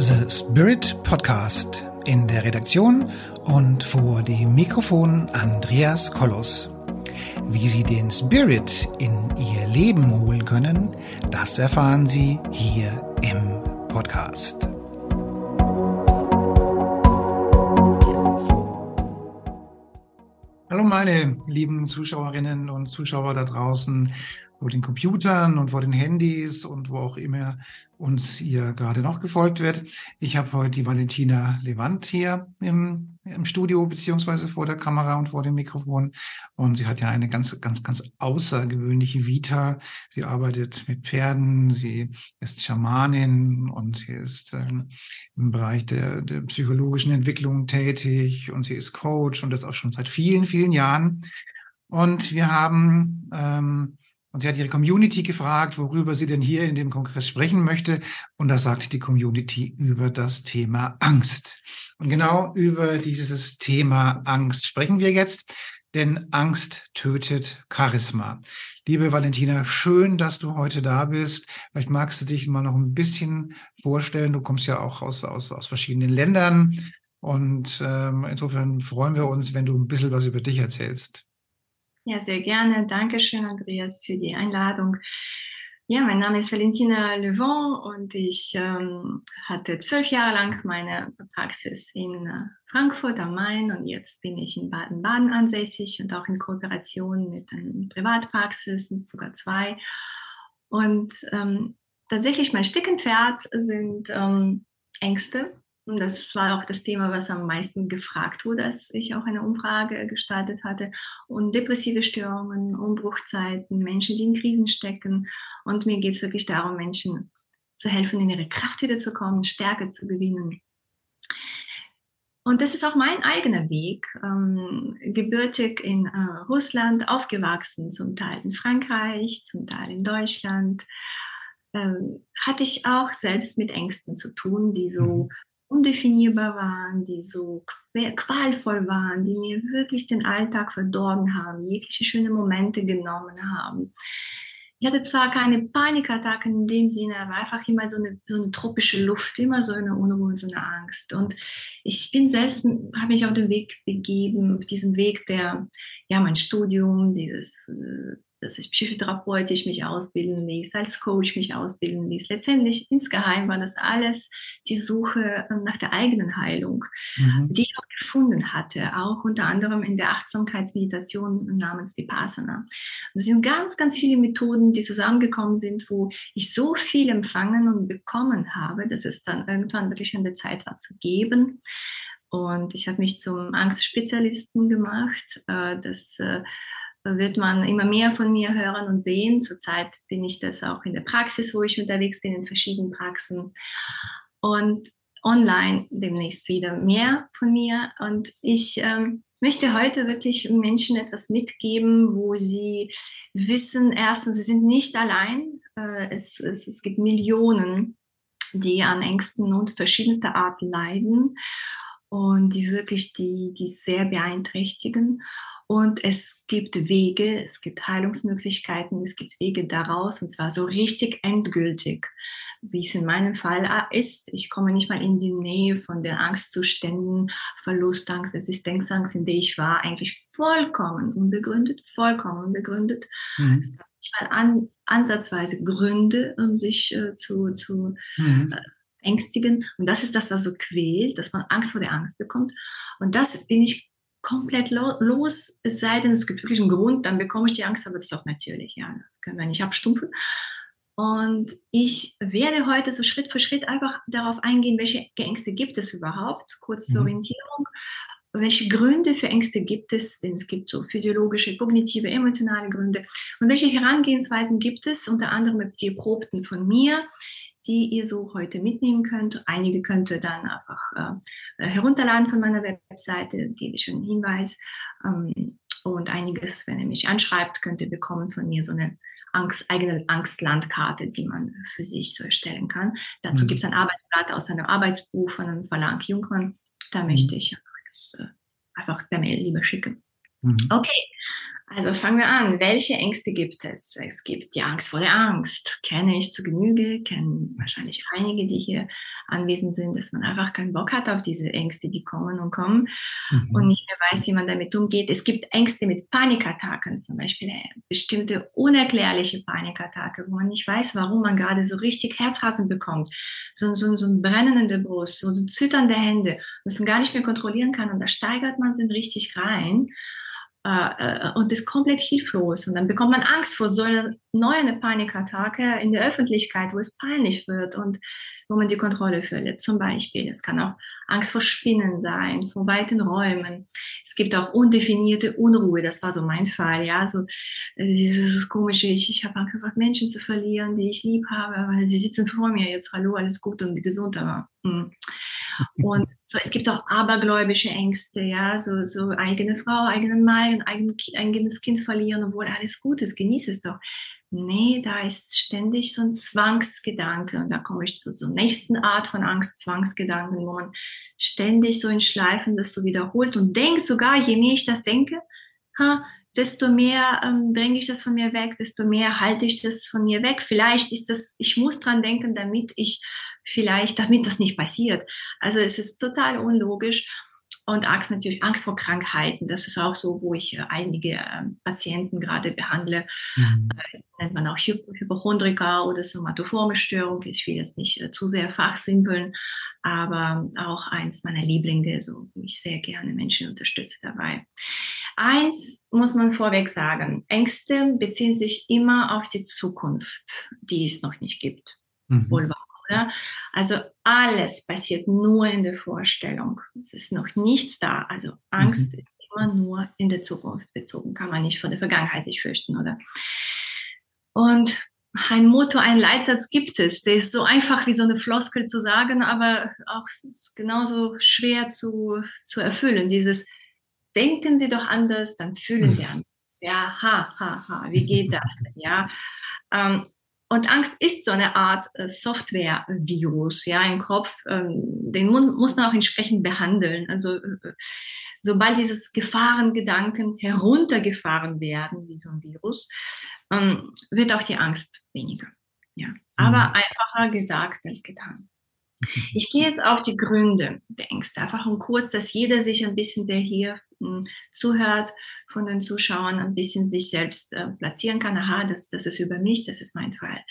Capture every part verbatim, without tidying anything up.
The Spirit Podcast. In der Redaktion und vor dem Mikrofon Andreas Kollos. Wie Sie den Spirit in Ihr Leben holen können, das erfahren Sie hier im Podcast. Hallo meine lieben Zuschauerinnen und Zuschauer da draußen vor den Computern und vor den Handys und wo auch immer uns hier gerade noch gefolgt wird. Ich habe heute die Valentina Levant hier im, im Studio beziehungsweise vor der Kamera und vor dem Mikrofon. Und sie hat ja eine ganz, ganz, ganz außergewöhnliche Vita. Sie arbeitet mit Pferden, sie ist Schamanin und sie ist ähm, im Bereich der, der psychologischen Entwicklung tätig und sie ist Coach und das auch schon seit vielen, vielen Jahren. Und wir haben ähm, Und sie hat ihre Community gefragt, worüber sie denn hier in dem Kongress sprechen möchte. Und da sagt die Community über das Thema Angst. Und genau über dieses Thema Angst sprechen wir jetzt, denn Angst tötet Charisma. Liebe Valentina, schön, dass du heute da bist. Vielleicht magst du dich mal noch ein bisschen vorstellen. Du kommst ja auch aus, aus, aus verschiedenen Ländern. Und ähm, insofern freuen wir uns, wenn du ein bisschen was über dich erzählst. Ja, sehr gerne. Dankeschön, Andreas, für die Einladung. Ja, mein Name ist Valentina Levant und ich ähm, hatte zwölf Jahre lang meine Praxis in äh, Frankfurt am Main und jetzt bin ich in Baden-Baden ansässig und auch in Kooperation mit einer Privatpraxis, sogar zwei. Und ähm, tatsächlich mein Steckenpferd sind ähm, Ängste. Und das war auch das Thema, was am meisten gefragt wurde, als ich auch eine Umfrage gestartet hatte. Und depressive Störungen, Umbruchzeiten, Menschen, die in Krisen stecken. Und mir geht es wirklich darum, Menschen zu helfen, in ihre Kraft wiederzukommen, Stärke zu gewinnen. Und das ist auch mein eigener Weg. Ähm, gebürtig in äh, Russland, aufgewachsen, zum Teil in Frankreich, zum Teil in Deutschland, ähm, hatte ich auch selbst mit Ängsten zu tun, die so undefinierbar waren, die so qualvoll waren, die mir wirklich den Alltag verdorben haben, jegliche schöne Momente genommen haben. Ich hatte zwar keine Panikattacken in dem Sinne, aber einfach immer so eine, so eine tropische Luft, immer so eine Unruhe, so eine Angst. Und ich bin selbst, habe mich auf den Weg begeben, auf diesem Weg der, ja, mein Studium, dieses, dass ich psychotherapeutisch mich ausbilden ließ, als Coach mich ausbilden ließ. Letztendlich insgeheim war das alles die Suche nach der eigenen Heilung, mhm. die ich auch gefunden hatte, auch unter anderem in der Achtsamkeitsmeditation namens Vipassana. Das sind ganz, ganz viele Methoden, die zusammengekommen sind, wo ich so viel empfangen und bekommen habe, dass es dann irgendwann wirklich an der Zeit war zu geben. Und ich habe mich zum Angstspezialisten gemacht. Das wird man immer mehr von mir hören und sehen. Zurzeit bin ich das auch in der Praxis, wo ich unterwegs bin, in verschiedenen Praxen. Und online demnächst wieder mehr von mir. Und ich ähm, möchte heute wirklich Menschen etwas mitgeben, wo sie wissen, erstens, sie sind nicht allein. Äh, es, es, es gibt Millionen, die an Ängsten und verschiedenster Art leiden und die wirklich die, die sehr beeinträchtigen. Und es gibt Wege, es gibt Heilungsmöglichkeiten, es gibt Wege daraus, und zwar so richtig endgültig, wie es in meinem Fall ist. Ich komme nicht mal in die Nähe von den Angstzuständen, Verlustangst, Existenzangst, in der ich war, eigentlich vollkommen unbegründet, vollkommen unbegründet. Mhm. Es gab nicht mal an, ansatzweise Gründe, um sich äh, zu, zu mhm. äh, ängstigen. Und das ist das, was so quält, dass man Angst vor der Angst bekommt. Und das bin ich komplett los, es sei denn, es gibt wirklich einen Grund, dann bekomme ich die Angst, aber das ist doch natürlich, ja, können wir nicht abstumpfen. Und ich werde heute so Schritt für Schritt einfach darauf eingehen, welche Ängste gibt es überhaupt, kurz zur mhm. Orientierung, welche Gründe für Ängste gibt es, denn es gibt so physiologische, kognitive, emotionale Gründe und welche Herangehensweisen gibt es, unter anderem die erprobten von mir, die ihr so heute mitnehmen könnt. Einige könnt ihr dann einfach äh, herunterladen von meiner Webseite, gebe ich schon einen Hinweis. Ähm, und einiges, wenn ihr mich anschreibt, könnt ihr bekommen von mir so eine Angst, eigene Angstlandkarte, die man für sich so erstellen kann. Dazu mhm. gibt es ein Arbeitsblatt aus einem Arbeitsbuch von einem Verlag Jungmann. Da mhm. möchte ich das äh, einfach per Mail lieber schicken. Mhm. Okay, Also fangen wir an. Welche Ängste gibt es? Es gibt die Angst vor der Angst. Kenne ich zu Genüge, kennen wahrscheinlich einige, die hier anwesend sind, dass man einfach keinen Bock hat auf diese Ängste, die kommen und kommen Mhm. und nicht mehr weiß, wie man damit umgeht. Es gibt Ängste mit Panikattacken, zum Beispiel eine bestimmte unerklärliche Panikattacke, wo man nicht weiß, warum man gerade so richtig Herzrasen bekommt. So, so, so ein Brennen in der Brust, so, so zitternde Hände, das man gar nicht mehr kontrollieren kann und da steigert man sich richtig rein. Uh, und ist komplett hilflos. Und dann bekommt man Angst vor so einer neuen Panikattacke in der Öffentlichkeit, wo es peinlich wird und wo man die Kontrolle verliert. Zum Beispiel, es kann auch Angst vor Spinnen sein, vor weiten Räumen. Es gibt auch undefinierte Unruhe. Das war so mein Fall, ja, so dieses komische, ich, ich habe Angst, einfach Menschen zu verlieren, die ich lieb habe, weil sie sitzen vor mir jetzt, hallo, alles gut und gesund, aber mh. Und so, es gibt auch abergläubische Ängste, ja, so, so eigene Frau, eigenen Mann, eigen, eigenes Kind verlieren, obwohl alles gut ist, genieß es doch. Nee, da ist ständig so ein Zwangsgedanke und da komme ich zu so einer nächsten Art von Angst, Zwangsgedanken, wo man ständig so in Schleifen das so wiederholt und denkt sogar, je mehr ich das denke, ha, desto mehr ähm, dränge ich das von mir weg, desto mehr halte ich das von mir weg. Vielleicht ist das, ich muss dran denken, damit ich vielleicht, damit das nicht passiert. Also es ist total unlogisch. Und Angst natürlich, Angst vor Krankheiten. Das ist auch so, wo ich äh, einige äh, Patienten gerade behandle. Mhm. Äh, nennt man auch Hy- Hypochondriker oder somatoforme Störung. Ich will jetzt nicht äh, zu sehr fachsimpeln, aber auch eins meiner Lieblinge, so, wo ich sehr gerne Menschen unterstütze dabei. Eins muss man vorweg sagen, Ängste beziehen sich immer auf die Zukunft, die es noch nicht gibt. Mhm. Wohl wahr, oder? Also alles passiert nur in der Vorstellung. Es ist noch nichts da. Also Angst Mhm. ist immer nur in der Zukunft bezogen. Kann man nicht vor der Vergangenheit sich fürchten, oder? Und ein Motto, ein Leitsatz gibt es. Der ist so einfach wie so eine Floskel zu sagen, aber auch genauso schwer zu, zu erfüllen. Dieses denken Sie doch anders, dann fühlen Sie anders. Ja, ha, ha, ha, wie geht das denn, ja? Ähm, und Angst ist so eine Art äh, Software-Virus, ja, im Kopf. Ähm, den mu- muss man auch entsprechend behandeln. Also, äh, sobald dieses Gefahrengedanken heruntergefahren werden, wie so ein Virus, ähm, wird auch die Angst weniger. Ja, aber einfacher gesagt als getan. Ich gehe jetzt auf die Gründe der Ängste, einfach um kurz, dass jeder sich ein bisschen, der hier mh, zuhört, von den Zuschauern ein bisschen sich selbst äh, platzieren kann. Aha, das, das ist über mich, das ist mein Fall.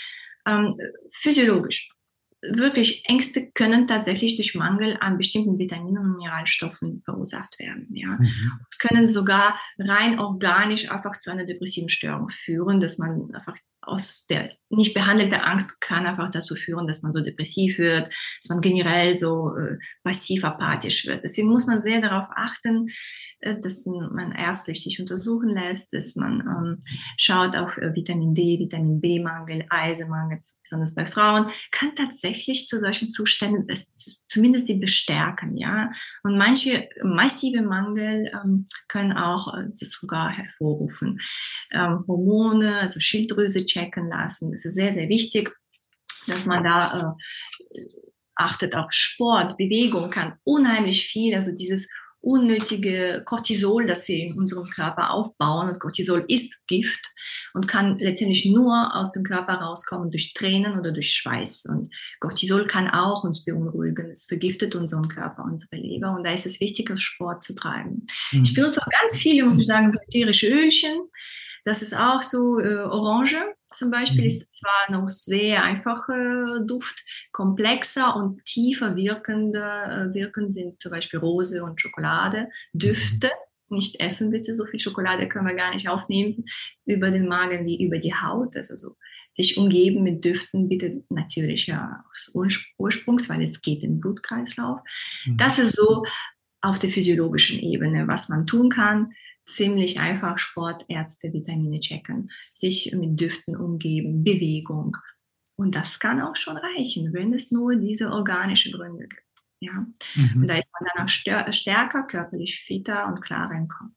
Ähm, physiologisch. Wirklich, Ängste können tatsächlich durch Mangel an bestimmten Vitaminen und Mineralstoffen verursacht werden. Ja. Mhm. Können sogar rein organisch einfach zu einer depressiven Störung führen, dass man einfach aus der nicht behandelte Angst kann einfach dazu führen, dass man so depressiv wird, dass man generell so äh, passiv apathisch wird. Deswegen muss man sehr darauf achten, äh, dass man ärztlich sich untersuchen lässt, dass man ähm, schaut auf äh, Vitamin D, Vitamin B-Mangel, Eisenmangel, besonders bei Frauen, kann tatsächlich zu solchen Zuständen äh, zumindest sie bestärken, ja. Und manche massive Mangel ähm, können auch äh, das sogar hervorrufen. Ähm, Hormone, also Schilddrüse checken lassen. Das ist sehr, sehr wichtig, dass man da äh, achtet. Auch Sport, Bewegung kann unheimlich viel, also dieses unnötige Cortisol, das wir in unserem Körper aufbauen. Und Cortisol ist Gift und kann letztendlich nur aus dem Körper rauskommen durch Tränen oder durch Schweiß. Und Cortisol kann auch uns beunruhigen. Es vergiftet unseren Körper, unsere Leber. Und da ist es wichtig, Sport zu treiben. Mhm. Ich benutze auch ganz viele, muss ich sagen, so ätherische Ölchen. Das ist auch so äh, Orange zum Beispiel, ist zwar noch sehr einfacher äh, Duft, komplexer und tiefer wirkender äh, wirken sind zum Beispiel Rose und Schokolade, Düfte. Mhm. Nicht essen bitte, so viel Schokolade können wir gar nicht aufnehmen über den Magen wie über die Haut. Also so sich umgeben mit Düften, bitte natürlich ja aus Ursprungs, weil es geht im Blutkreislauf. Mhm. Das ist so auf der physiologischen Ebene, was man tun kann. Ziemlich einfach Sport, Ärzte, Vitamine checken, sich mit Düften umgeben, Bewegung. Und das kann auch schon reichen, wenn es nur diese organischen Gründe gibt. Ja? Mhm. Und da ist man dann auch stärker, körperlich fitter und klarer im Kopf.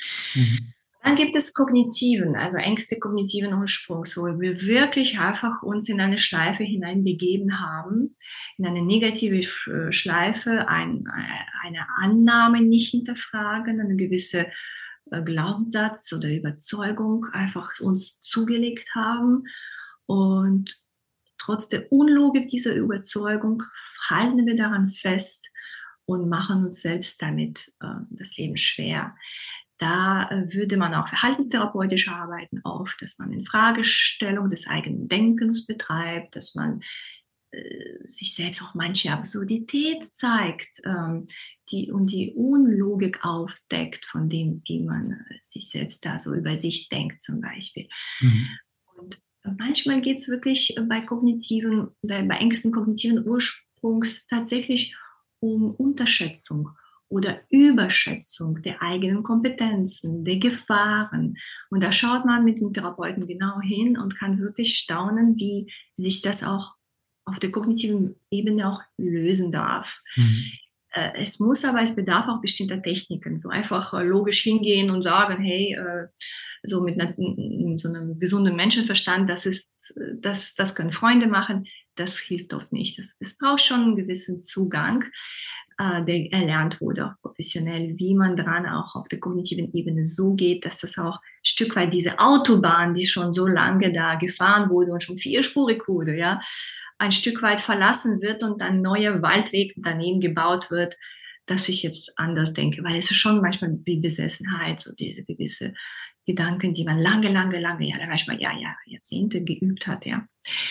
Mhm. Dann gibt es kognitiven, also Ängste kognitiven Ursprungs, wo wir wirklich einfach uns in eine Schleife hineinbegeben haben, in eine negative Schleife, ein, eine Annahme nicht hinterfragen, eine gewisse äh, Glaubenssatz oder Überzeugung einfach uns zugelegt haben. Und trotz der Unlogik dieser Überzeugung halten wir daran fest und machen uns selbst damit äh, das Leben schwer. Da äh, würde man auch verhaltenstherapeutisch arbeiten auf, dass man in Fragestellung des eigenen Denkens betreibt, dass man äh, sich selbst auch manche Absurdität zeigt ähm, die, und die Unlogik aufdeckt von dem, wie man äh, sich selbst da so über sich denkt zum Beispiel. Mhm. Und manchmal geht es wirklich bei kognitiven, bei Ängsten kognitiven Ursprungs tatsächlich um Unterschätzung oder Überschätzung der eigenen Kompetenzen, der Gefahren. Und da schaut man mit dem Therapeuten genau hin und kann wirklich staunen, wie sich das auch auf der kognitiven Ebene auch lösen darf. Mhm. Es muss aber, es bedarf auch bestimmter Techniken. So einfach logisch hingehen und sagen, hey, so mit, einer, mit so einem gesunden Menschenverstand, das ist, das, das können Freunde machen, das hilft oft nicht. Das, das braucht schon einen gewissen Zugang, der erlernt wurde, auch professionell, wie man dran auch auf der kognitiven Ebene so geht, dass das auch ein Stück weit diese Autobahn, die schon so lange da gefahren wurde und schon vierspurig wurde, ja, ein Stück weit verlassen wird und ein neuer Waldweg daneben gebaut wird, dass ich jetzt anders denke, weil es ist schon manchmal wie Besessenheit, so diese gewisse Gedanken, die man lange, lange, lange, ja, manchmal ja, ja, Jahrzehnte geübt hat, ja.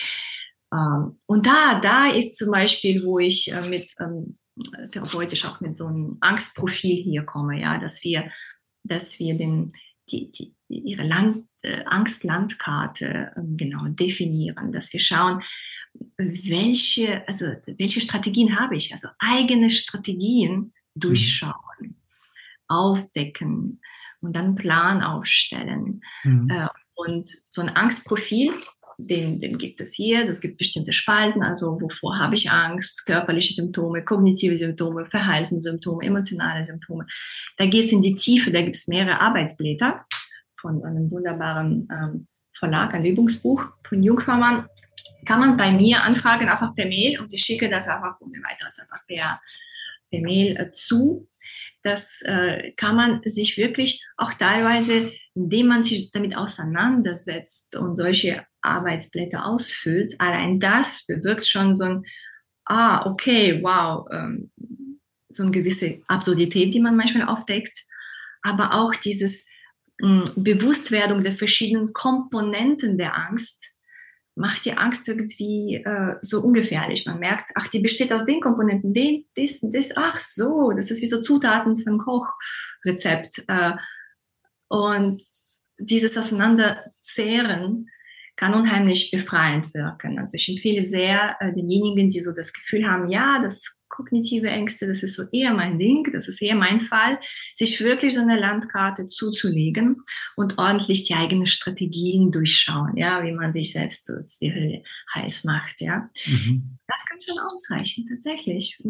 Und da, da ist zum Beispiel, wo ich mit therapeutisch auch mit so einem Angstprofil hier komme, ja, dass wir, dass wir den, die, die, ihre Land, äh, Angstlandkarte äh, genau definieren, dass wir schauen, welche, also welche Strategien habe ich, also eigene Strategien durchschauen, mhm. aufdecken und dann einen Plan aufstellen. Mhm. Äh, und so ein Angstprofil, Den, den gibt es hier, das gibt bestimmte Spalten, also wovor habe ich Angst, körperliche Symptome, kognitive Symptome, Verhaltenssymptome, emotionale Symptome. Da geht es in die Tiefe, da gibt es mehrere Arbeitsblätter von einem wunderbaren ähm, Verlag, ein Übungsbuch von Jungfermann. Kann man bei mir anfragen, einfach per Mail, und ich schicke das einfach ohne weiteres einfach per, per Mail äh, zu. Das äh, kann man sich wirklich auch teilweise, indem man sich damit auseinandersetzt und solche Arbeitsblätter ausfüllt, allein das bewirkt schon so ein, ah, okay, wow, ähm, so eine gewisse Absurdität, die man manchmal aufdeckt, aber auch dieses mh, Bewusstwerdung der verschiedenen Komponenten der Angst macht die Angst irgendwie äh, so ungefährlich. Man merkt, ach, die besteht aus den Komponenten, den, das, das, ach so, das ist wie so Zutaten für ein Kochrezept. Äh, und dieses Auseinanderzehren kann unheimlich befreiend wirken. Also ich empfehle sehr äh, denjenigen, die so das Gefühl haben, ja, das kognitive Ängste, das ist so eher mein Ding, das ist eher mein Fall, sich wirklich so eine Landkarte zuzulegen und ordentlich die eigenen Strategien durchschauen, ja, wie man sich selbst so die Hölle heiß macht, ja. Mhm. Das kann schon ausreichen, tatsächlich.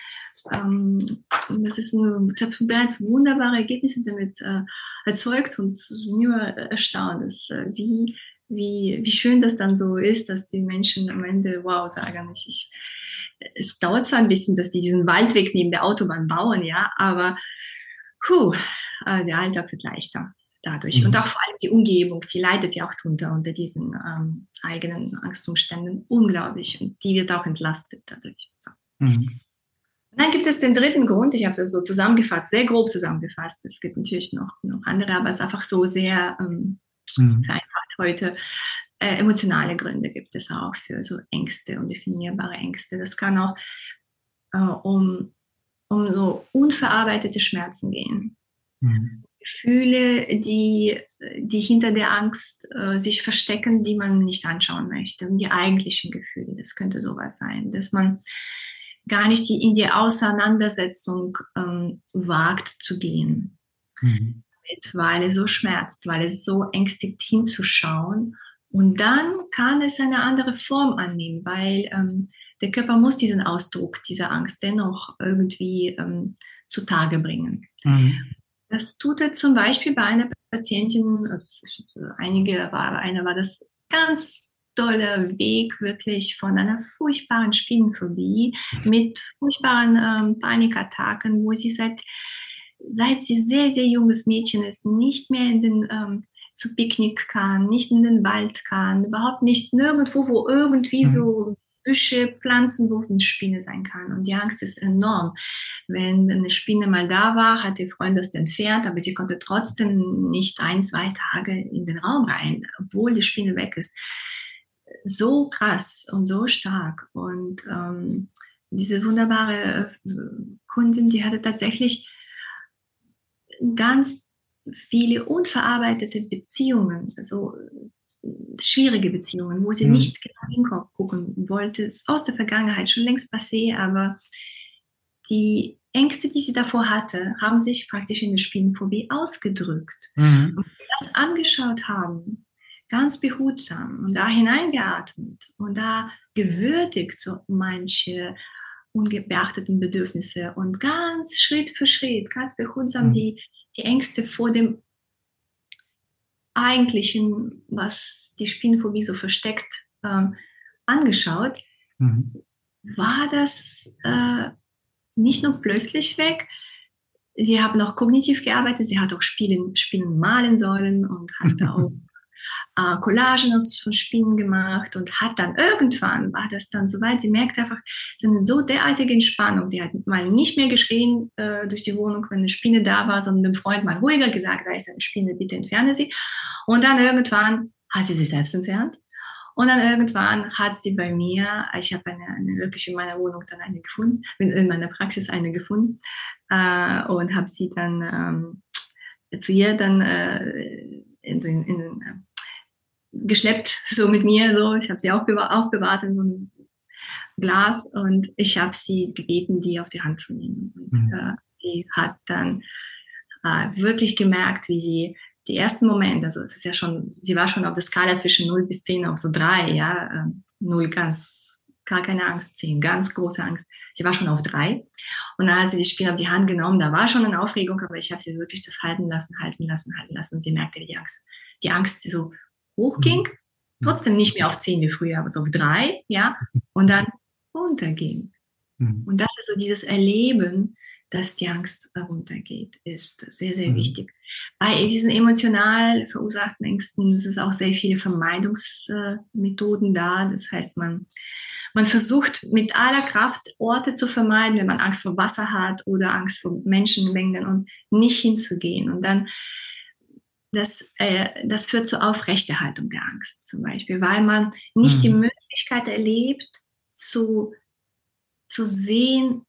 Ähm, das ist ein, ich habe bereits wunderbare Ergebnisse damit äh, erzeugt und es bin immer erstaunt, dass, äh, wie Wie, wie schön das dann so ist, dass die Menschen am Ende, wow, sagen, ich, ich, es dauert zwar ein bisschen, dass die diesen Waldweg neben der Autobahn bauen, ja, aber puh, der Alltag wird leichter dadurch. Mhm. Und auch vor allem die Umgebung, die leidet ja auch drunter unter diesen ähm, eigenen Angstumständen unglaublich, und die wird auch entlastet dadurch. So. Mhm. Und dann gibt es den dritten Grund, ich habe das so zusammengefasst, sehr grob zusammengefasst, es gibt natürlich noch, noch andere, aber es ist einfach so sehr ähm, mhm. vereinfacht heute. Äh, emotionale Gründe gibt es auch für so Ängste, undefinierbare Ängste. Das kann auch äh, um, um so unverarbeitete Schmerzen gehen. Mhm. Gefühle, die, die hinter der Angst äh, sich verstecken, die man nicht anschauen möchte. Und die eigentlichen Gefühle, das könnte sowas sein, dass man gar nicht die, in die Auseinandersetzung ähm, wagt zu gehen. Mhm. Weil es so schmerzt, weil es so ängstigt hinzuschauen. Und dann kann es eine andere Form annehmen, weil ähm, der Körper muss diesen Ausdruck dieser Angst dennoch irgendwie ähm, zutage bringen. Mhm. Das tut er zum Beispiel bei einer Patientin, einige war, einer war das ganz toller Weg wirklich von einer furchtbaren Spinnenphobie mit furchtbaren ähm, Panikattacken, wo sie seit seit sie sehr, sehr junges Mädchen ist, nicht mehr in den, ähm, zu Picknick kann, nicht in den Wald kann, überhaupt nicht nirgendwo, wo irgendwie Mhm. so Büsche, Pflanzen, wo eine Spinne sein kann. Und die Angst ist enorm. Wenn eine Spinne mal da war, hat ihr Freund das entfernt, aber sie konnte trotzdem nicht ein, zwei Tage in den Raum rein, obwohl die Spinne weg ist. So krass und so stark. Und ähm, diese wunderbare äh, Kundin, die hatte tatsächlich ganz viele unverarbeitete Beziehungen, also schwierige Beziehungen, wo sie Mhm. nicht genau hingucken wollte. Ist aus der Vergangenheit schon längst passé, aber die Ängste, die sie davor hatte, haben sich praktisch in der Spinnenphobie ausgedrückt. Mhm. Und wir das angeschaut haben, ganz behutsam und da hineingeatmet und da gewürdigt so manche ungebeachteten Bedürfnisse und ganz Schritt für Schritt, ganz behutsam Mhm. die, die Ängste vor dem Eigentlichen, was die Spinnenphobie so versteckt, ähm, angeschaut, Mhm. war das äh, nicht nur plötzlich weg. Sie hat noch kognitiv gearbeitet, sie hat auch Spielen, Spinnen malen sollen und hat auch äh, Collagen aus von Spinnen gemacht und hat dann irgendwann, war das dann soweit, sie merkt einfach, es ist eine so derartige Entspannung, die hat mal nicht mehr geschrien äh, durch die Wohnung, wenn eine Spinne da war, sondern dem Freund mal ruhiger gesagt, da ist eine Spinne, bitte entferne sie. Und dann irgendwann hat sie sich selbst entfernt. Und dann irgendwann hat sie bei mir, ich habe eine, eine wirklich in meiner Wohnung dann eine gefunden, in meiner Praxis eine gefunden äh, und habe sie dann ähm, zu ihr dann äh, in, in, in, geschleppt, so mit mir, so. Ich habe sie aufbewahr, aufbewahrt in so einem Glas und ich habe sie gebeten, die auf die Hand zu nehmen. Und Mhm. äh, die hat dann äh, wirklich gemerkt, wie sie die ersten Momente, also es ist ja schon, sie war schon auf der Skala zwischen null bis zehn auf so drei, ja, äh, null ganz, gar keine Angst, zehn ganz große Angst. Sie war schon auf drei. Und dann hat sie die Spinne auf die Hand genommen, da war schon eine Aufregung, aber ich habe sie wirklich das halten lassen, halten lassen, halten lassen. Und sie merkte, wie die Angst, die Angst so hochging, Mhm. trotzdem nicht mehr auf zehn wie früher, aber so auf drei, ja, und dann runterging. Mhm. Und das ist so dieses Erleben, dass die Angst runtergeht, ist sehr, sehr Mhm. wichtig. Bei diesen emotional verursachten Ängsten ist es auch sehr viele Vermeidungsmethoden da. Das heißt, man, man versucht mit aller Kraft Orte zu vermeiden, wenn man Angst vor Wasser hat oder Angst vor Menschenmengen und nicht hinzugehen. Und dann das, äh, das führt zur Aufrechterhaltung der Angst zum Beispiel, weil man nicht die Mhm. Möglichkeit erlebt, zu, zu sehen,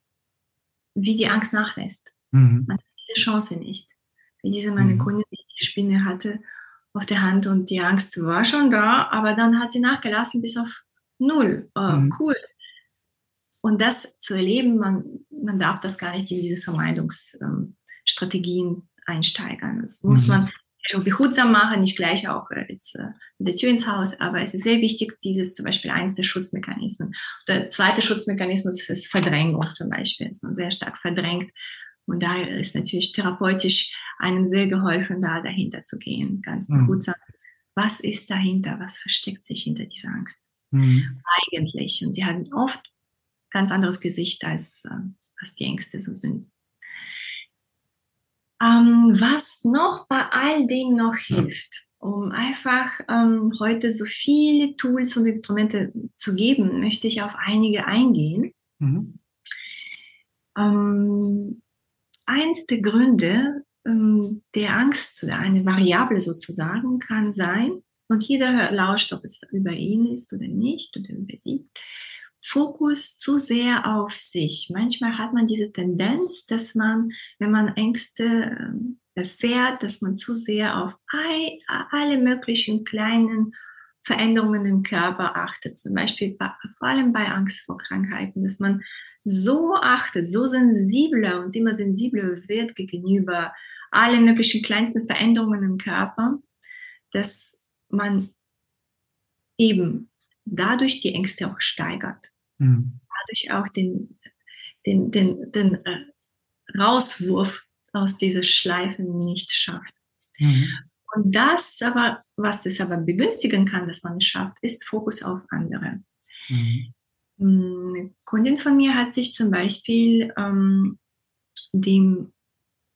wie die Angst nachlässt. Mhm. Man hat diese Chance nicht. Wie diese meine Mhm. Kundin, die die Spinne hatte auf der Hand und die Angst war schon da, aber dann hat sie nachgelassen bis auf null. Oh, Mhm. cool. Und das zu erleben, man, man darf das gar nicht in diese Vermeidungsstrategien ähm, einsteigern. Das muss Mhm. man schon behutsam machen, nicht gleich auch äh, jetzt äh, mit der Tür ins Haus, aber es ist sehr wichtig, dieses zum Beispiel eins der Schutzmechanismen. Der zweite Schutzmechanismus ist Verdrängung zum Beispiel, dass man sehr stark verdrängt. Und da ist natürlich therapeutisch einem sehr geholfen, da dahinter zu gehen, ganz Mhm. behutsam. Was ist dahinter? Was versteckt sich hinter dieser Angst? Mhm. Eigentlich. Und die haben oft ganz anderes Gesicht, als äh, was die Ängste so sind. Ähm, was noch bei all dem noch hilft, um einfach ähm, heute so viele Tools und Instrumente zu geben, möchte ich auf einige eingehen. Mhm. Ähm, eins der Gründe ähm, der Angst, oder eine Variable sozusagen, kann sein, und jeder lauscht, ob es über ihn ist oder nicht, oder über sie, Fokus zu sehr auf sich. Manchmal hat man diese Tendenz, dass man, wenn man Ängste ähm, erfährt, dass man zu sehr auf all, alle möglichen kleinen Veränderungen im Körper achtet. Zum Beispiel bei, vor allem bei Angst vor Krankheiten, dass man so achtet, so sensibler und immer sensibler wird gegenüber allen möglichen kleinsten Veränderungen im Körper, dass man eben dadurch die Ängste auch steigert. Mhm. Dadurch auch den, den, den, den äh, Rauswurf aus dieser Schleifen nicht schafft. Mhm. Und das aber, was es aber begünstigen kann, dass man es schafft, ist Fokus auf andere. Mhm. Eine Kundin von mir hat sich zum Beispiel ähm, dem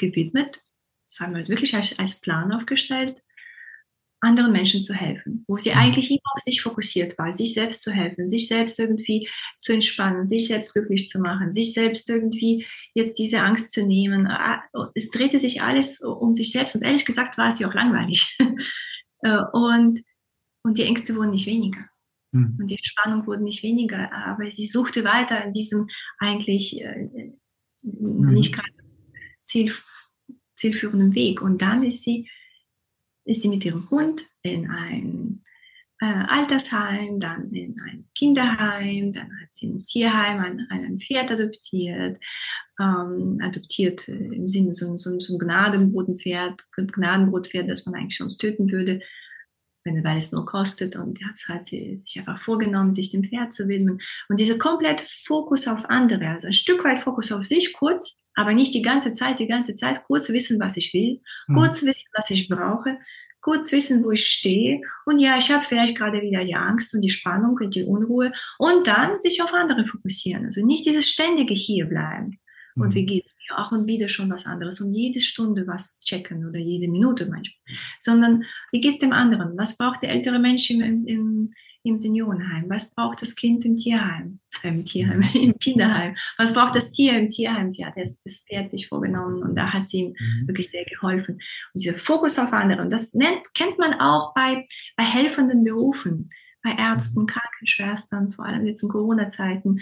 gewidmet, sagen wir wirklich als, als Plan aufgestellt, anderen Menschen zu helfen, wo sie Mhm. eigentlich immer auf sich fokussiert war, sich selbst zu helfen, sich selbst irgendwie zu entspannen, sich selbst glücklich zu machen, sich selbst irgendwie jetzt diese Angst zu nehmen. Ah, Es drehte sich alles um sich selbst und ehrlich gesagt war es ja auch langweilig. Äh, und, und die Ängste wurden nicht weniger. Mhm. Und die Spannung wurde nicht weniger, aber sie suchte weiter in diesem eigentlich äh, nicht Mhm. gerade ziel, zielführenden Weg. Und dann ist sie, ist sie mit ihrem Hund in ein äh, Altersheim, dann in ein Kinderheim, dann hat sie ein Tierheim, ein, ein Pferd adoptiert, ähm, adoptiert äh, im Sinne so, so, so ein Gnadenbrotpferd, Gnadenbrotpferd, das man eigentlich sonst töten würde, wenn, weil es nur kostet. Und jetzt hat sie sich einfach vorgenommen, sich dem Pferd zu widmen. Und dieser komplett Fokus auf andere, also ein Stück weit Fokus auf sich, kurz, aber nicht die ganze Zeit, die ganze Zeit, kurz wissen, was ich will, Mhm. kurz wissen, was ich brauche, kurz wissen, wo ich stehe. Und ja, ich habe vielleicht gerade wieder die Angst und die Spannung und die Unruhe. Und dann sich auf andere fokussieren. Also nicht dieses ständige Hierbleiben. Und wie geht's mir? Auch und wieder schon was anderes. Und jede Stunde was checken oder jede Minute manchmal. Sondern wie geht's dem anderen? Was braucht der ältere Mensch im, im, im Seniorenheim? Was braucht das Kind im Tierheim? Äh, Im Tierheim, im Kinderheim? Was braucht das Tier im Tierheim? Sie hat jetzt das Pferd sich vorgenommen und da hat sie ihm Mhm. wirklich sehr geholfen. Und dieser Fokus auf andere, das nennt, kennt man auch bei, bei helfenden Berufen, bei Ärzten, Krankenschwestern, vor allem jetzt in Corona-Zeiten.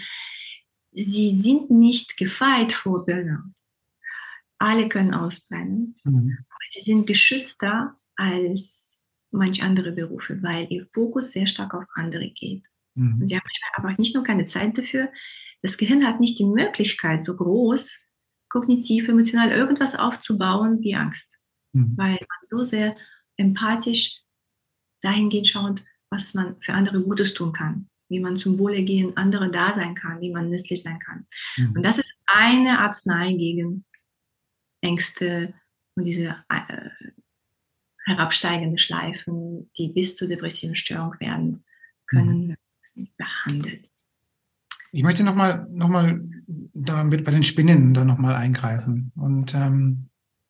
Sie sind nicht gefeit vor Burnout. Alle können ausbrennen, Mhm. aber sie sind geschützter als manch andere Berufe, weil ihr Fokus sehr stark auf andere geht. Und Mhm. sie haben manchmal aber nicht nur keine Zeit dafür, das Gehirn hat nicht die Möglichkeit, so groß, kognitiv, emotional irgendwas aufzubauen wie Angst, Mhm. weil man so sehr empathisch dahingehend schaut, was man für andere Gutes tun kann, wie man zum Wohlergehen anderer da sein kann, wie man nützlich sein kann. Mhm. Und das ist eine Arznei gegen Ängste und diese äh, herabsteigende Schleifen, die bis zur depressiven Störung werden können, wenn es nicht behandelt. Ich möchte nochmal noch mal da mit bei den Spinnen da nochmal eingreifen. Und ähm,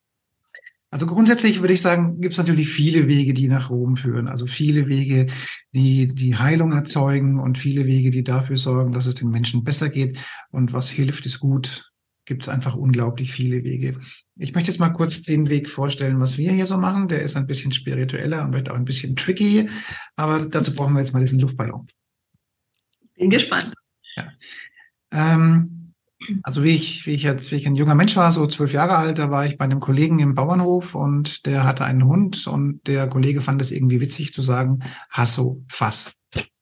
also grundsätzlich würde ich sagen, gibt es natürlich viele Wege, die nach Rom führen. Also viele Wege, die die Heilung erzeugen und viele Wege, die dafür sorgen, dass es den Menschen besser geht. Und was hilft, ist gut. Gibt es einfach unglaublich viele Wege. Ich möchte jetzt mal kurz den Weg vorstellen, was wir hier so machen. Der ist ein bisschen spiritueller und wird auch ein bisschen tricky. Aber dazu brauchen wir jetzt mal diesen Luftballon. Bin gespannt. Ja. Ähm, Also wie ich, wie ich jetzt, wie ich ein junger Mensch war, so zwölf Jahre alt, da war ich bei einem Kollegen im Bauernhof und der hatte einen Hund und der Kollege fand es irgendwie witzig zu sagen, Hasso, Fass.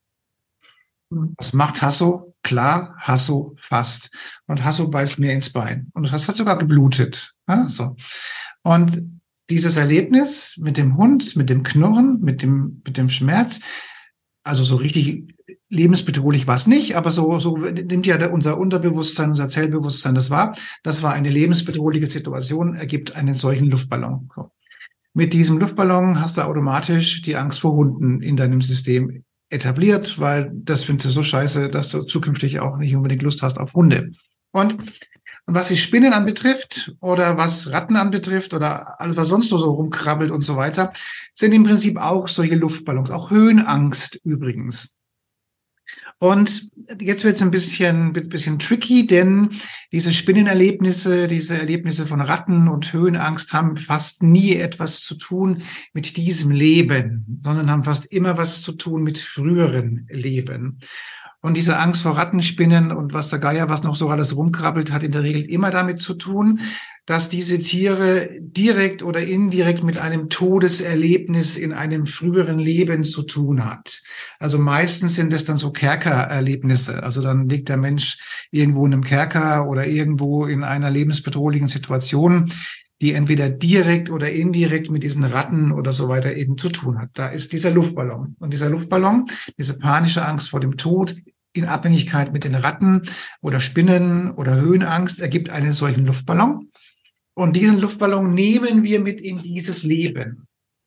Was macht Hasso? Klar, Hasso fasst. Und Hasso beißt mir ins Bein. Und das hat sogar geblutet. Ja, so. Und dieses Erlebnis mit dem Hund, mit dem Knurren, mit dem, mit dem Schmerz, also so richtig lebensbedrohlich war es nicht, aber so, so nimmt ja unser Unterbewusstsein, unser Zellbewusstsein das wahr. Das war eine lebensbedrohliche Situation, ergibt einen solchen Luftballon. So. Mit diesem Luftballon hast du automatisch die Angst vor Hunden in deinem System etabliert, weil das findest du so scheiße, dass du zukünftig auch nicht unbedingt Lust hast auf Hunde. Und, und was die Spinnen anbetrifft oder was Ratten anbetrifft oder alles, was sonst so rumkrabbelt und so weiter, sind im Prinzip auch solche Luftballons, auch Höhenangst übrigens. Und jetzt wird es ein bisschen, bisschen tricky, denn diese Spinnenerlebnisse, diese Erlebnisse von Ratten und Höhenangst haben fast nie etwas zu tun mit diesem Leben, sondern haben fast immer was zu tun mit früheren Leben. Und diese Angst vor Rattenspinnen und was der Geier, was noch so alles rumkrabbelt, hat in der Regel immer damit zu tun, dass diese Tiere direkt oder indirekt mit einem Todeserlebnis in einem früheren Leben zu tun hat. Also meistens sind es dann so Kerkererlebnisse. Also dann liegt der Mensch irgendwo in einem Kerker oder irgendwo in einer lebensbedrohlichen Situation, die entweder direkt oder indirekt mit diesen Ratten oder so weiter eben zu tun hat. Da ist dieser Luftballon. Und dieser Luftballon, diese panische Angst vor dem Tod in Abhängigkeit mit den Ratten oder Spinnen oder Höhenangst ergibt einen solchen Luftballon. Und diesen Luftballon nehmen wir mit in dieses Leben.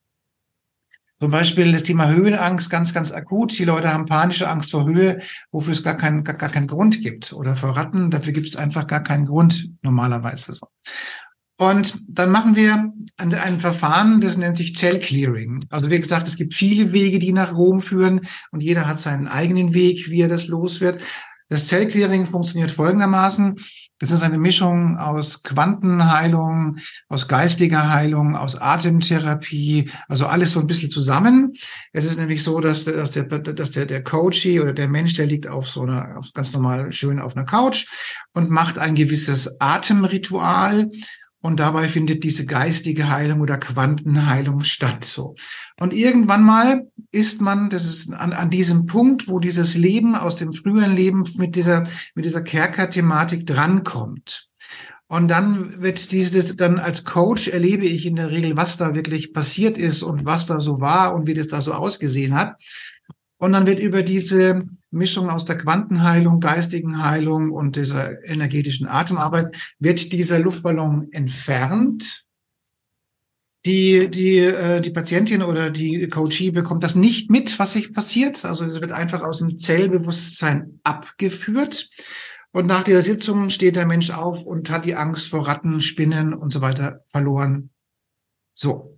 Zum Beispiel das Thema Höhenangst ganz, ganz akut. Die Leute haben panische Angst vor Höhe, wofür es gar keinen, gar, gar keinen Grund gibt. Oder vor Ratten, dafür gibt es einfach gar keinen Grund normalerweise so. Und dann machen wir ein, ein Verfahren, das nennt sich Cell Clearing. Also wie gesagt, es gibt viele Wege, die nach Rom führen und jeder hat seinen eigenen Weg, wie er das los wird. Das Cell Clearing funktioniert folgendermaßen. Das ist eine Mischung aus Quantenheilung, aus geistiger Heilung, aus Atemtherapie, also alles so ein bisschen zusammen. Es ist nämlich so, dass, dass, der, dass der, der Coachee oder der Mensch, der liegt auf so einer, auf ganz normal schön auf einer Couch und macht ein gewisses Atemritual. Und dabei findet diese geistige Heilung oder Quantenheilung statt. So. Und irgendwann mal ist man, das ist an, an diesem Punkt, wo dieses Leben aus dem früheren Leben mit dieser, mit dieser Kerker-Thematik drankommt. Und dann wird diese, dann als Coach erlebe ich in der Regel, was da wirklich passiert ist und was da so war und wie das da so ausgesehen hat. Und dann wird über diese Mischung aus der Quantenheilung, geistigen Heilung und dieser energetischen Atemarbeit wird dieser Luftballon entfernt. Die, die, äh, die Patientin oder die Coachee bekommt das nicht mit, was sich passiert. Also es wird einfach aus dem Zellbewusstsein abgeführt. Und nach dieser Sitzung steht der Mensch auf und hat die Angst vor Ratten, Spinnen und so weiter verloren. So.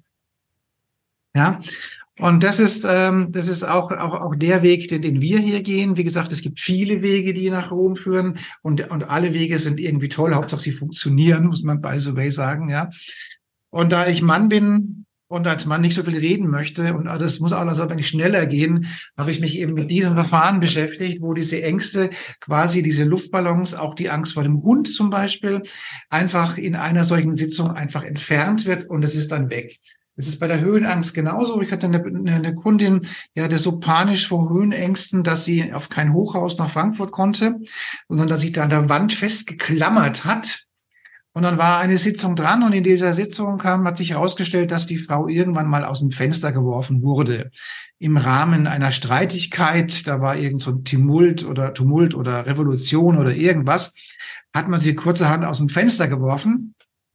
Ja. Und das ist, ähm, das ist auch, auch, auch der Weg, den, den wir hier gehen. Wie gesagt, es gibt viele Wege, die nach Rom führen und, und alle Wege sind irgendwie toll. Hauptsache sie funktionieren, muss man by the way sagen, ja. Und da ich Mann bin und als Mann nicht so viel reden möchte und das muss alles aber nicht schneller gehen, habe ich mich eben mit diesem Verfahren beschäftigt, wo diese Ängste, quasi diese Luftballons, auch die Angst vor dem Hund zum Beispiel, einfach in einer solchen Sitzung einfach entfernt wird und es ist dann weg. Es ist bei der Höhenangst genauso. Ich hatte eine, eine Kundin, die hatte so panisch vor Höhenängsten, dass sie auf kein Hochhaus nach Frankfurt konnte, sondern dass sich da an der Wand festgeklammert hat. Und dann war eine Sitzung dran und in dieser Sitzung kam, hat sich herausgestellt, dass die Frau irgendwann mal aus dem Fenster geworfen wurde. Im Rahmen einer Streitigkeit, da war irgend so ein Tumult oder Tumult oder Revolution oder irgendwas, hat man sie kurzerhand aus dem Fenster geworfen.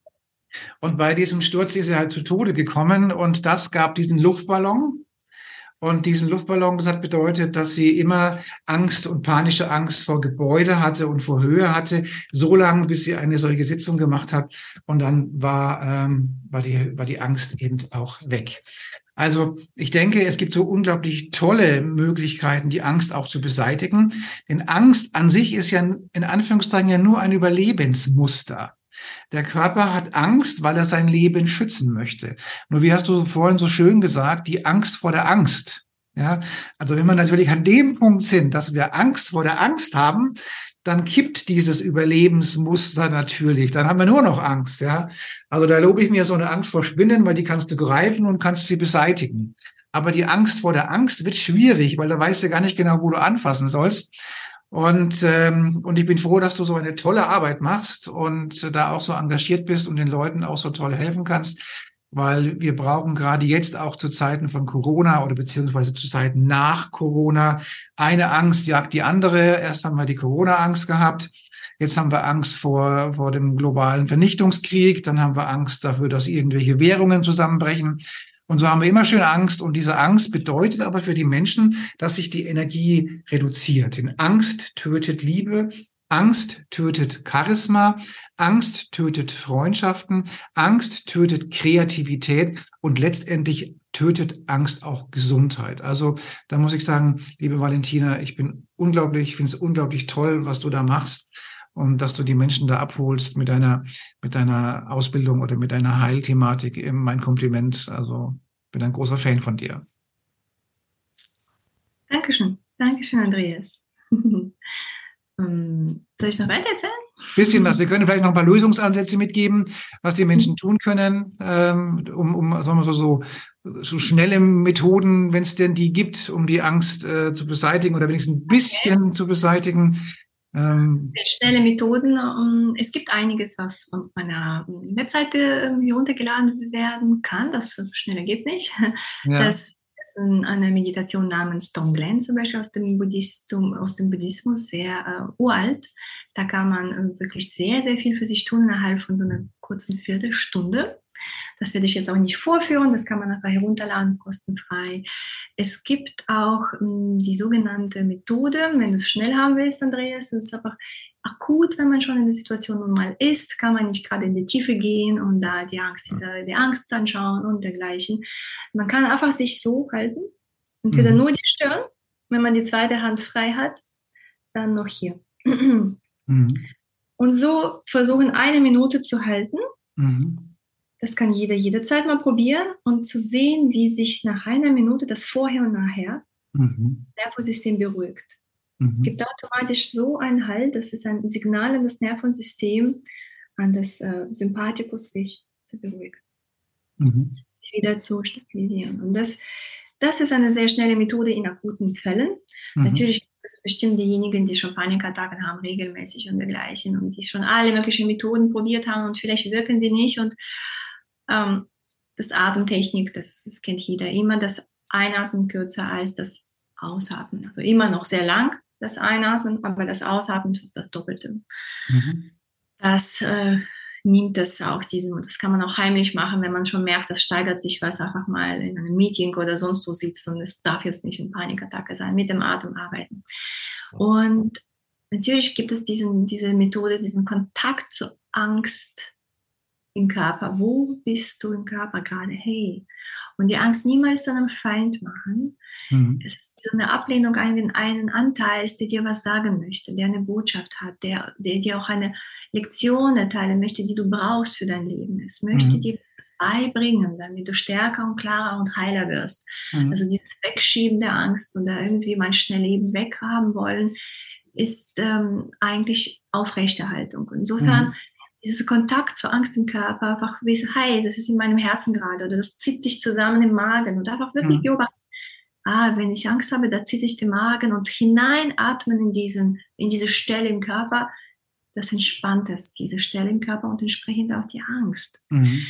Und bei diesem Sturz ist sie halt zu Tode gekommen und das gab diesen Luftballon. Und diesen Luftballon, das hat bedeutet, dass sie immer Angst und panische Angst vor Gebäude hatte und vor Höhe hatte, so lange, bis sie eine solche Sitzung gemacht hat. Und dann war, ähm, war die, war die Angst eben auch weg. Also ich denke, es gibt so unglaublich tolle Möglichkeiten, die Angst auch zu beseitigen. Denn Angst an sich ist ja in Anführungszeichen ja nur ein Überlebensmuster. Der Körper hat Angst, weil er sein Leben schützen möchte. Nur wie hast du vorhin so schön gesagt, die Angst vor der Angst. Ja, also wenn wir natürlich an dem Punkt sind, dass wir Angst vor der Angst haben, dann kippt dieses Überlebensmuster natürlich. Dann haben wir nur noch Angst. Ja, also da lobe ich mir so eine Angst vor Spinnen, weil die kannst du greifen und kannst sie beseitigen. Aber die Angst vor der Angst wird schwierig, weil da weißt du gar nicht genau, wo du anfassen sollst. Und, ähm, und ich bin froh, dass du so eine tolle Arbeit machst und da auch so engagiert bist und den Leuten auch so toll helfen kannst, weil wir brauchen gerade jetzt auch zu Zeiten von Corona oder beziehungsweise zu Zeiten nach Corona, eine Angst jagt die andere. Erst haben wir die Corona-Angst gehabt. Jetzt haben wir Angst vor, vor dem globalen Vernichtungskrieg. Dann haben wir Angst dafür, dass irgendwelche Währungen zusammenbrechen. Und so haben wir immer schön Angst. Und diese Angst bedeutet aber für die Menschen, dass sich die Energie reduziert. Denn Angst tötet Liebe, Angst tötet Charisma, Angst tötet Freundschaften, Angst tötet Kreativität und letztendlich tötet Angst auch Gesundheit. Also da muss ich sagen, liebe Valentina, ich bin unglaublich, ich finde es unglaublich toll, was du da machst. Und dass du die Menschen da abholst mit deiner, mit deiner Ausbildung oder mit deiner Heilthematik. Mein Kompliment. Also, bin ein großer Fan von dir. Dankeschön. Dankeschön, Andreas. um, soll ich noch weiter erzählen? Bisschen was. Wir können vielleicht noch ein paar Lösungsansätze mitgeben, was die Menschen tun können, ähm, um, um, sagen wir so, so, so schnelle Methoden, wenn es denn die gibt, um die Angst äh, zu beseitigen oder wenigstens ein bisschen okay. zu beseitigen. Schnelle Methoden. Es gibt einiges, was von meiner Webseite heruntergeladen werden kann. Das schneller geht's nicht. Ja. Das ist eine Meditation namens Tonglen, zum Beispiel aus dem Buddhistum, aus dem Buddhismus, sehr äh, uralt. Da kann man äh, wirklich sehr, sehr viel für sich tun innerhalb von so einer kurzen Viertelstunde. Das werde ich jetzt auch nicht vorführen, das kann man einfach herunterladen, kostenfrei. Es gibt auch mh, die sogenannte Methode, wenn du es schnell haben willst, Andreas, das ist einfach akut, wenn man schon in der Situation nun mal ist, kann man nicht gerade in die Tiefe gehen und da die Angst, die, die Angst anschauen und dergleichen. Man kann einfach sich so halten, entweder mhm. nur die Stirn, wenn man die zweite Hand frei hat, dann noch hier. mhm. Und so versuchen, eine Minute zu halten. Mhm. Das kann jeder jederzeit mal probieren und zu sehen, wie sich nach einer Minute das Vorher und Nachher mhm. Nervensystem beruhigt. Es gibt automatisch so einen Halt, das ist ein Signal an das Nervensystem, an das äh, Sympathikus, sich zu beruhigen, mhm. wieder zu stabilisieren. Und das, das ist eine sehr schnelle Methode in akuten Fällen. Mhm. Natürlich gibt es bestimmt diejenigen, die schon Panikattacken haben, regelmäßig und dergleichen, und die schon alle möglichen Methoden probiert haben und vielleicht wirken die nicht. Und ähm, das Atemtechnik, das, das kennt jeder, immer das Einatmen kürzer als das Ausatmen. Also immer noch sehr lang das Einatmen, aber das Ausatmen ist das Doppelte. Mhm. Das äh, nimmt das auch diesem, das kann man auch heimlich machen, wenn man schon merkt, das steigert sich was, einfach mal in einem Meeting oder sonst wo sitzen. Es darf jetzt nicht eine Panikattacke sein, mit dem Atem arbeiten. Und natürlich gibt es diesen, diese Methode, diesen Kontakt zur Angst im Körper. Wo bist du im Körper gerade? Hey. Und die Angst niemals zu einem Feind machen. Mhm. Es ist so eine Ablehnung an einen Anteil, der dir was sagen möchte, der eine Botschaft hat, der, der dir auch eine Lektion erteilen möchte, die du brauchst für dein Leben. Es möchte mhm. dir was beibringen, damit du stärker und klarer und heiler wirst. Mhm. Also dieses Wegschieben der Angst und da irgendwie mal schnell Leben weghaben wollen, ist ähm, eigentlich Aufrechterhaltung. Insofern mhm. dieser Kontakt zur Angst im Körper, einfach wissen, hey, das ist in meinem Herzen gerade, oder das zieht sich zusammen im Magen, und einfach wirklich mhm. beobachten. Ah, wenn ich Angst habe, da zieht sich der Magen, und hineinatmen in diesen, in diese Stelle im Körper, das entspannt es, diese Stelle im Körper, und entsprechend auch die Angst. Mhm.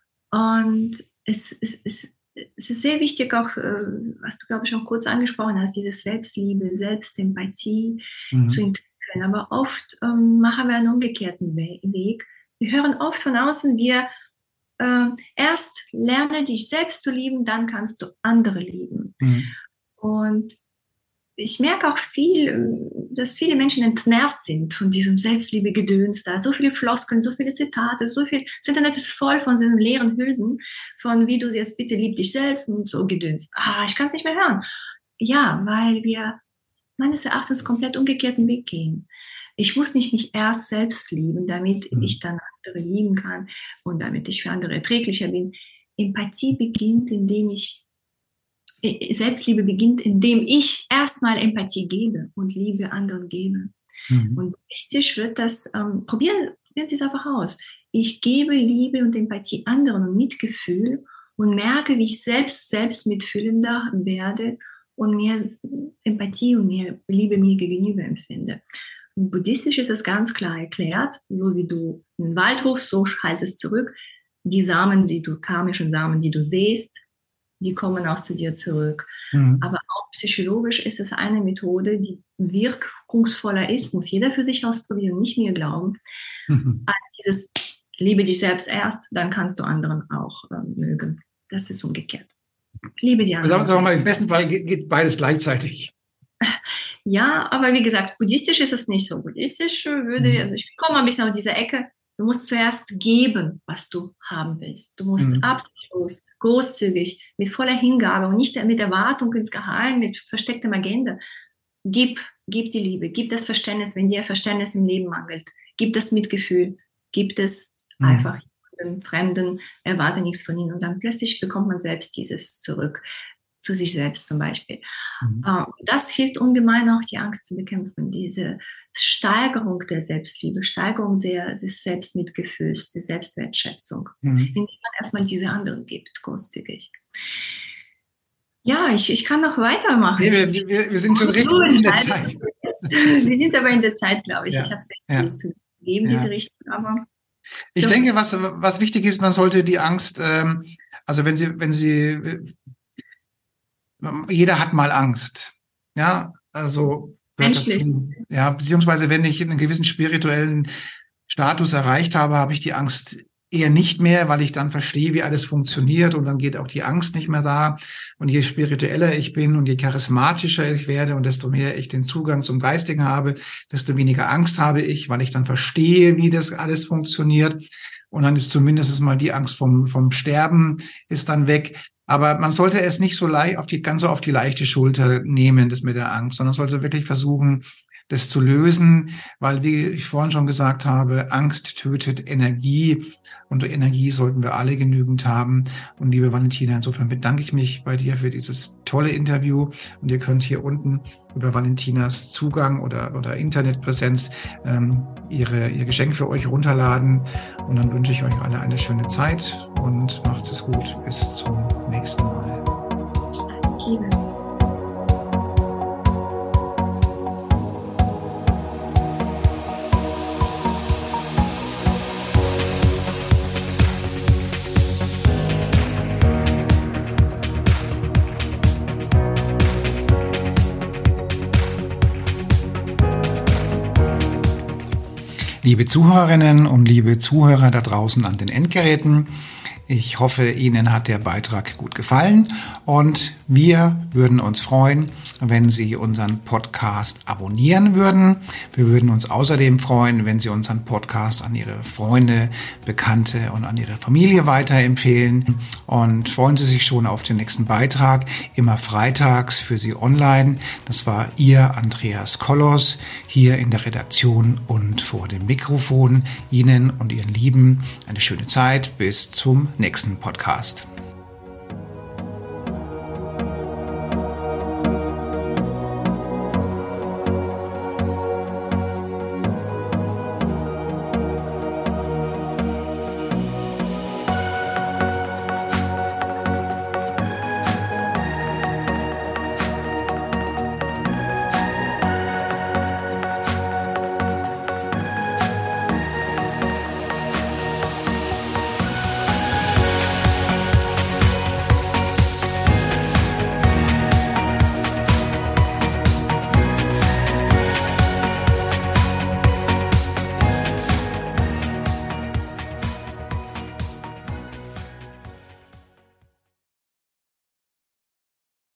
Und es, es, es, es ist sehr wichtig auch, was du, glaube ich, schon kurz angesprochen hast, diese Selbstliebe, Selbstempathie mhm. zu entwickeln. Aber oft ähm, machen wir einen umgekehrten We- Weg. Wir hören oft von außen, wir äh, erst lerne dich selbst zu lieben, dann kannst du andere lieben. Mhm. Und ich merke auch viel, dass viele Menschen entnervt sind von diesem Selbstliebe-Gedöns da. So viele Floskeln, so viele Zitate, so viel. Das Internet ist voll von diesen leeren Hülsen, von wie du jetzt bitte lieb dich selbst und so Gedöns. Ah, ich kann es nicht mehr hören. Ja, weil wir meines Erachtens komplett umgekehrten Weg gehen. Ich muss nicht mich erst selbst lieben, damit mhm. ich dann andere lieben kann und damit ich für andere erträglicher bin. Empathie beginnt, indem ich, äh, Selbstliebe beginnt, indem ich erstmal Empathie gebe und Liebe anderen gebe. Mhm. Und buddhistisch wird das, ähm, probieren, probieren Sie es einfach aus. Ich gebe Liebe und Empathie anderen und Mitgefühl und merke, wie ich selbst, selbst mitfühlender werde und mehr Empathie und mehr Liebe mir gegenüber empfinde. Und buddhistisch ist es ganz klar erklärt, so wie du in den Wald rufst, so haltest zurück. Die Samen, die du, karmischen Samen, die du sähst, die kommen auch zu dir zurück. Mhm. Aber auch psychologisch ist es eine Methode, die wirkungsvoller ist, muss jeder für sich ausprobieren, nicht mir glauben, mhm. als dieses liebe dich selbst erst, dann kannst du anderen auch äh, mögen. Das ist umgekehrt. Liebe die anderen. Sagen wir mal, im besten Fall geht beides gleichzeitig. Ja, aber wie gesagt, buddhistisch ist es nicht so. Buddhistisch würde, also ich komme ein bisschen auf diese Ecke, du musst zuerst geben, was du haben willst. Du musst mhm. absichtslos, großzügig, mit voller Hingabe und nicht mit Erwartung insgeheim, mit verstecktem Agenda. Gib, gib die Liebe, gib das Verständnis, wenn dir Verständnis im Leben mangelt. Gib das Mitgefühl, gib es mhm. einfach den Fremden, erwarte nichts von ihnen. Und dann plötzlich bekommt man selbst dieses zurück, zu sich selbst zum Beispiel. Mhm. Das hilft ungemein auch, die Angst zu bekämpfen. Diese Steigerung der Selbstliebe, Steigerung der, des Selbstmitgefühls, der Selbstwertschätzung, mhm. indem man erstmal diese anderen gibt, großzügig. Ja, ich, ich kann noch weitermachen. Nee, wir, wir, wir sind schon richtig in der Zeit. Wir sind aber in der Zeit, glaube ich. Ja. Ich habe sehr viel ja. zu geben, ja. diese Richtung, aber ich doch. denke, was, was wichtig ist, man sollte die Angst, ähm, also wenn Sie, wenn Sie, jeder hat mal Angst. Ja, also. Menschlich. Ja, beziehungsweise wenn ich einen gewissen spirituellen Status erreicht habe, habe ich die Angst eher nicht mehr, weil ich dann verstehe, wie alles funktioniert und dann geht auch die Angst nicht mehr da. Und je spiritueller ich bin und je charismatischer ich werde und desto mehr ich den Zugang zum Geistigen habe, desto weniger Angst habe ich, weil ich dann verstehe, wie das alles funktioniert. Und dann ist zumindest mal die Angst vom, vom Sterben ist dann weg. Aber man sollte es nicht so leicht auf die, ganz so auf die leichte Schulter nehmen, das mit der Angst, sondern sollte wirklich versuchen, das zu lösen, weil, wie ich vorhin schon gesagt habe, Angst tötet Energie und Energie sollten wir alle genügend haben. Und liebe Valentina, insofern bedanke ich mich bei dir für dieses tolle Interview und ihr könnt hier unten über Valentinas Zugang oder, oder Internetpräsenz ähm, ihre, ihr Geschenk für euch runterladen und dann wünsche ich euch alle eine schöne Zeit und macht's es gut. Bis zum nächsten Mal. Alles Liebe. Liebe Zuhörerinnen und liebe Zuhörer da draußen an den Endgeräten, ich hoffe, Ihnen hat der Beitrag gut gefallen und wir würden uns freuen, wenn Sie unseren Podcast abonnieren würden. Wir würden uns außerdem freuen, wenn Sie unseren Podcast an Ihre Freunde, Bekannte und an Ihre Familie weiterempfehlen. Und freuen Sie sich schon auf den nächsten Beitrag, immer freitags für Sie online. Das war Ihr Andreas Kollos hier in der Redaktion und vor dem Mikrofon. Ihnen und Ihren Lieben eine schöne Zeit. Bis zum nächsten Podcast.